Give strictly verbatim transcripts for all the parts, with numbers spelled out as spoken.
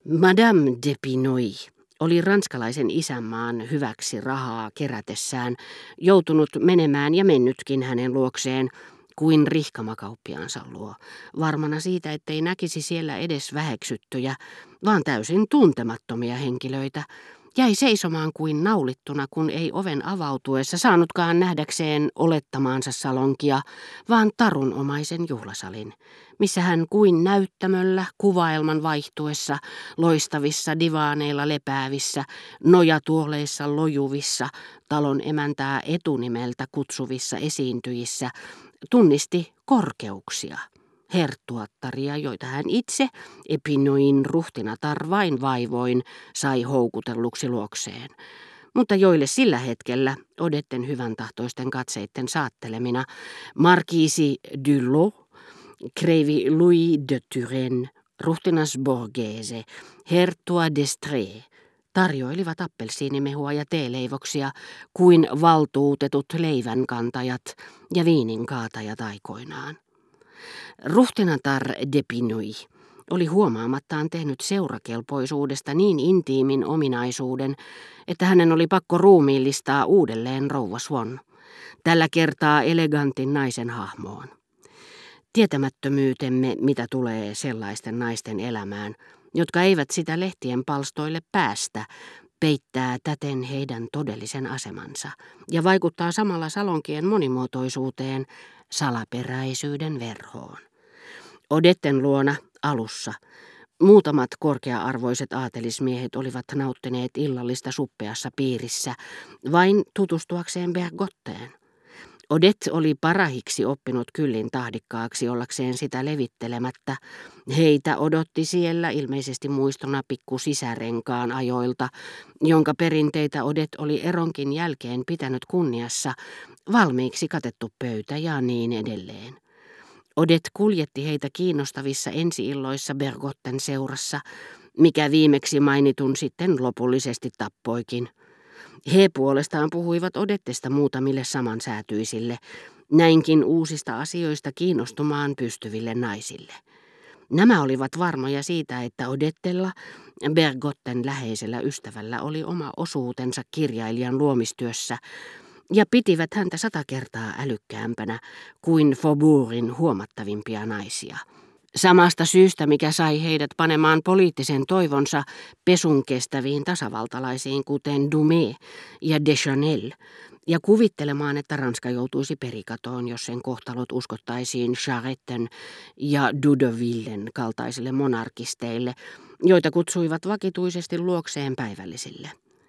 Madame d'Epinoy oli ranskalaisen isänmaan hyväksi rahaa kerätessään joutunut menemään ja mennytkin hänen luokseen kuin rihkamakauppiaansa luo, varmana siitä, ettei näkisi siellä edes väheksyttyjä, vaan täysin tuntemattomia henkilöitä, jäi seisomaan kuin naulittuna, kun ei oven avautuessa saanutkaan nähdäkseen olettamaansa salonkia, vaan tarunomaisen juhlasalin, missä hän kuin näyttämöllä kuvaelman vaihtuessa, loistavissa divaaneilla lepäävissä, nojatuoleissa lojuvissa, talon emäntää etunimeltä kutsuvissa esiintyjissä, tunnisti korkeuksia. Herttuattaria, joita hän itse, Epinoyin ruhtinatar vain vaivoin, sai houkutelluksi luokseen, mutta joille sillä hetkellä, Odetten hyvän tahtoisten katseitten saattelemina, markiisi Dulot, kreivi Louis de Turenne, ruhtinas Borghese, herttua d'Estrées, tarjoilivat appelsiinimehua ja teeleivoksia kuin valtuutetut leivänkantajat ja viininkaatajat aikoinaan. Ruhtinatar d'Epinoy oli huomaamattaan tehnyt seurakelpoisuudesta niin intiimin ominaisuuden, että hänen oli pakko ruumiillistaa uudelleen rouva Swann, tällä kertaa elegantin naisen hahmoon. Tietämättömyytemme, mitä tulee sellaisten naisten elämään, jotka eivät sitä lehtien palstoille päästä, peittää täten heidän todellisen asemansa ja vaikuttaa samalla salonkien monimuotoisuuteen, salaperäisyyden verhoon. Odetten luona alussa muutamat korkea-arvoiset aatelismiehet olivat nauttineet illallista suppeassa piirissä vain tutustuakseen Bergotteen. Odette oli parahiksi oppinut kyllin tahdikkaaksi ollakseen sitä levittelemättä. Heitä odotti siellä ilmeisesti muistona pikku sisärenkaan ajoilta, jonka perinteitä Odette oli eronkin jälkeen pitänyt kunniassa, valmiiksi katettu pöytä ja niin edelleen. Odette kuljetti heitä kiinnostavissa ensi-illoissa Bergotten seurassa, mikä viimeksi mainitun sitten lopullisesti tappoikin. He puolestaan puhuivat Odettesta muutamille samansäätyisille, näinkin uusista asioista kiinnostumaan pystyville naisille. Nämä olivat varmoja siitä, että Odettella, Bergotten läheisellä ystävällä, oli oma osuutensa kirjailijan luomistyössä, ja pitivät häntä sata kertaa älykkäämpänä kuin Faubourgin huomattavimpia naisia. Samasta syystä, mikä sai heidät panemaan poliittisen toivonsa pesun kestäviin tasavaltalaisiin, kuten Dumais ja Deschanel, ja kuvittelemaan, että Ranska joutuisi perikatoon, jos sen kohtalot uskottaisiin Charetten ja Dudovillen kaltaisille monarkisteille, joita kutsuivat vakituisesti luokseen päivällisille.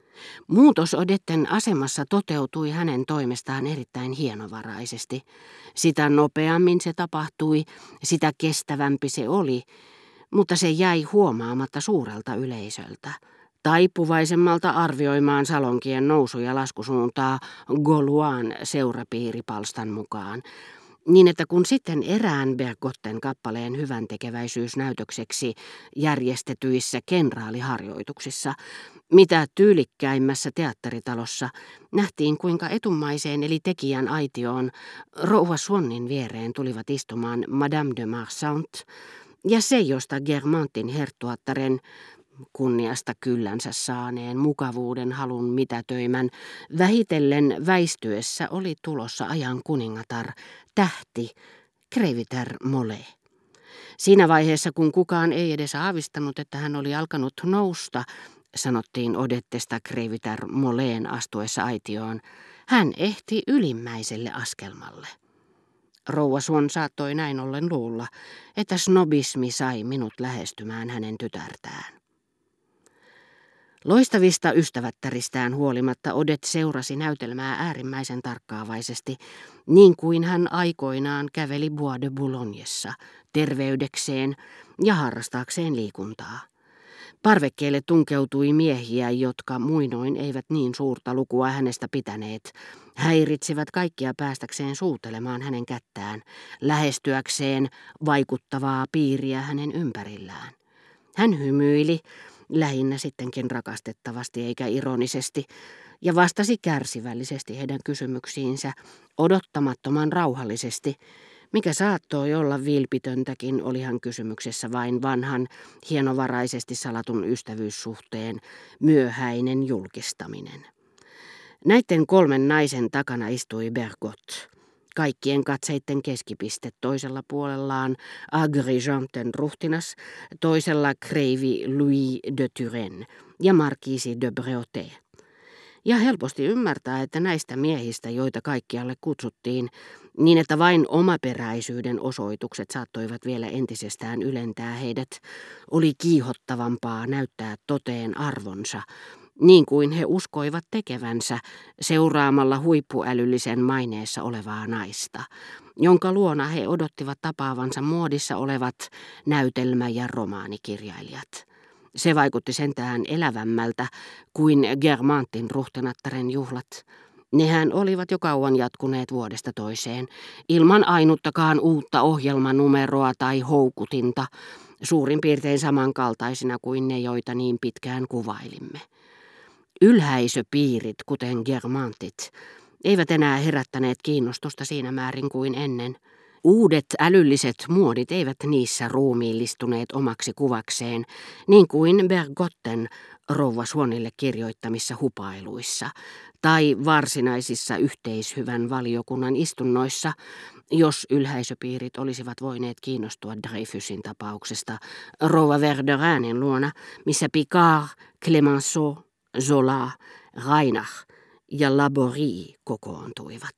Muutos Odetten asemassa toteutui hänen toimestaan erittäin hienovaraisesti. Sitä nopeammin se tapahtui, sitä kestävämpi se oli, mutta se jäi huomaamatta suurelta yleisöltä, taipuvaisemmalta arvioimaan salonkien nousu- ja laskusuuntaa Gauloisen seurapiiripalstan mukaan, niin että kun sitten erään Bergotten kappaleen hyväntekeväisyysnäytökseksi järjestetyissä kenraaliharjoituksissa, mitä tyylikkäimmässä teatteritalossa, nähtiin kuinka etumaiseen eli tekijän aitioon rouva Swannin viereen tulivat istumaan Madame de Marsant ja se, josta Guermantin herttuattaren, kunniasta kyllänsä saaneen mukavuuden halun mitätöimän, vähitellen väistyessä oli tulossa ajan kuningatar, tähti, Créviter Mole. Siinä vaiheessa, kun kukaan ei edes aavistanut, että hän oli alkanut nousta, sanottiin Odettesta Créviter Moleen astuessa aitioon, hän ehti ylimmäiselle askelmalle. Rouva Swann saattoi näin ollen luulla, että snobismi sai minut lähestymään hänen tytärtään. Loistavista ystävättäristään huolimatta Odette seurasi näytelmää äärimmäisen tarkkaavaisesti, niin kuin hän aikoinaan käveli Bois de Boulognessa terveydekseen ja harrastaakseen liikuntaa. Parvekkeelle tunkeutui miehiä, jotka muinoin eivät niin suurta lukua hänestä pitäneet, häiritsivät kaikkia päästäkseen suutelemaan hänen kättään, lähestyäkseen vaikuttavaa piiriä hänen ympärillään. Hän hymyili, lähinnä sittenkin rakastettavasti eikä ironisesti, ja vastasi kärsivällisesti heidän kysymyksiinsä, odottamattoman rauhallisesti, Mikä saattoi olla vilpitöntäkin, olihan kysymyksessä vain vanhan, hienovaraisesti salatun ystävyyssuhteen myöhäinen julkistaminen. Näiden kolmen naisen takana istui Bergot, kaikkien katseitten keskipiste, toisella puolellaan Agrigentin ruhtinas, toisella kreivi Louis de Turenne ja markiisi de Bréauté. Ja helposti ymmärtää, että näistä miehistä, joita kaikkialle kutsuttiin, niin että vain omaperäisyyden osoitukset saattoivat vielä entisestään ylentää heidät, oli kiihottavampaa näyttää toteen arvonsa, niin kuin he uskoivat tekevänsä seuraamalla huippuälyllisen maineessa olevaa naista, jonka luona he odottivat tapaavansa muodissa olevat näytelmä- ja romaanikirjailijat. Se vaikutti sentään elävämmältä kuin Guermantin ruhtinattaren juhlat. Nehän olivat jo kauan jatkuneet vuodesta toiseen, ilman ainuttakaan uutta ohjelmanumeroa tai houkutinta, suurin piirtein samankaltaisina kuin ne, joita niin pitkään kuvailimme. Ylhäisöpiirit, kuten Guermantit, eivät enää herättäneet kiinnostusta siinä määrin kuin ennen. Uudet älylliset muodit eivät niissä ruumiillistuneet omaksi kuvakseen, niin kuin Bergotten rouva Swanille kirjoittamissa hupailuissa tai varsinaisissa yhteishyvän valiokunnan istunnoissa, jos ylhäisöpiirit olisivat voineet kiinnostua Dreyfusin tapauksesta rouva Verderanin luona, missä Picard, Clemenceau, Zola, Reinach ja Laborie kokoontuivat.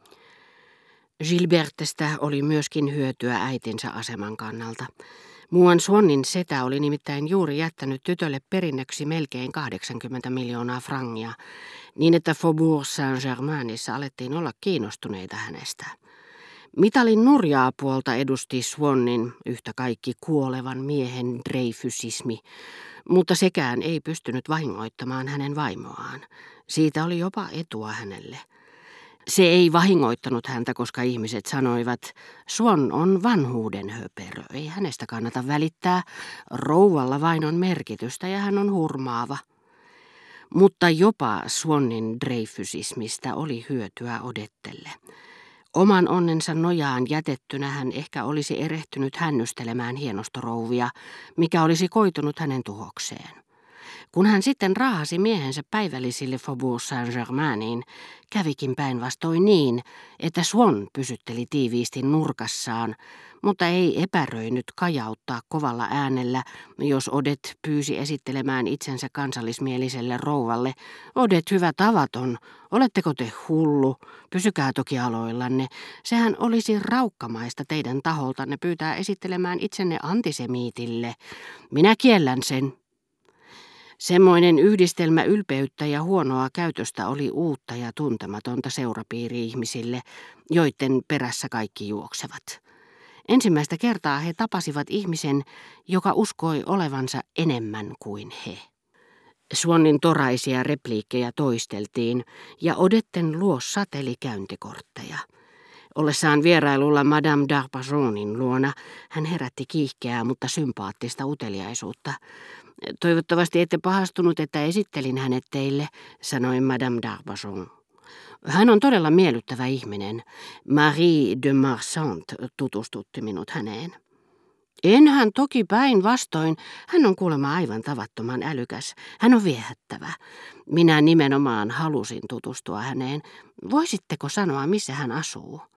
Gilbertestä oli myöskin hyötyä äitinsä aseman kannalta. Muuan Swannin setä oli nimittäin juuri jättänyt tytölle perinnöksi melkein kahdeksankymmentä miljoonaa frangia, niin että Faubourg Saint-Germainissa alettiin olla kiinnostuneita hänestä. Mitalin nurjaa puolta edusti Swannin yhtä kaikki kuolevan miehen dreyfusismi, mutta sekään ei pystynyt vahingoittamaan hänen vaimoaan. Siitä oli jopa etua hänelle. Se ei vahingoittanut häntä, koska ihmiset sanoivat, Swan on vanhuuden höperö, ei hänestä kannata välittää, rouvalla vain on merkitystä ja hän on hurmaava. Mutta jopa Swannin dreyfusismista oli hyötyä Odettelle. Oman onnensa nojaan jätettynä hän ehkä olisi erehtynyt hännystelemään hienostorouvia, mikä olisi koitunut hänen tuhokseen. Kun hän sitten raahasi miehensä päivällisille Faubourg Saint-Germainiin, kävikin päinvastoin niin, että Swan pysytteli tiiviisti nurkassaan, mutta ei epäröinyt kajauttaa kovalla äänellä, jos Odette pyysi esittelemään itsensä kansallismieliselle rouvalle. Odette, hyvä tavaton, oletteko te hullu? Pysykää toki aloillanne. Sehän olisi raukkamaista teidän taholtanne pyytää esittelemään itsenne antisemiitille. Minä kiellän sen. Semmoinen yhdistelmä ylpeyttä ja huonoa käytöstä oli uutta ja tuntematonta seurapiiri-ihmisille, joiden perässä kaikki juoksevat. Ensimmäistä kertaa he tapasivat ihmisen, joka uskoi olevansa enemmän kuin he. Swannin toraisia repliikkejä toisteltiin ja Odetten luo sateli käyntikortteja. Ollessaan vierailulla Madame d'Arpajonin luona hän herätti kiihkeää, mutta sympaattista uteliaisuutta. Toivottavasti ette pahastunut, että esittelin hänet teille, sanoi Madame d'Arpajon. Hän on todella miellyttävä ihminen. Marie de Marsant tutustutti minut häneen. Enhän toki päinvastoin. Hän on kuulemma aivan tavattoman älykäs. Hän on viehättävä. Minä nimenomaan halusin tutustua häneen. Voisitteko sanoa, missä hän asuu?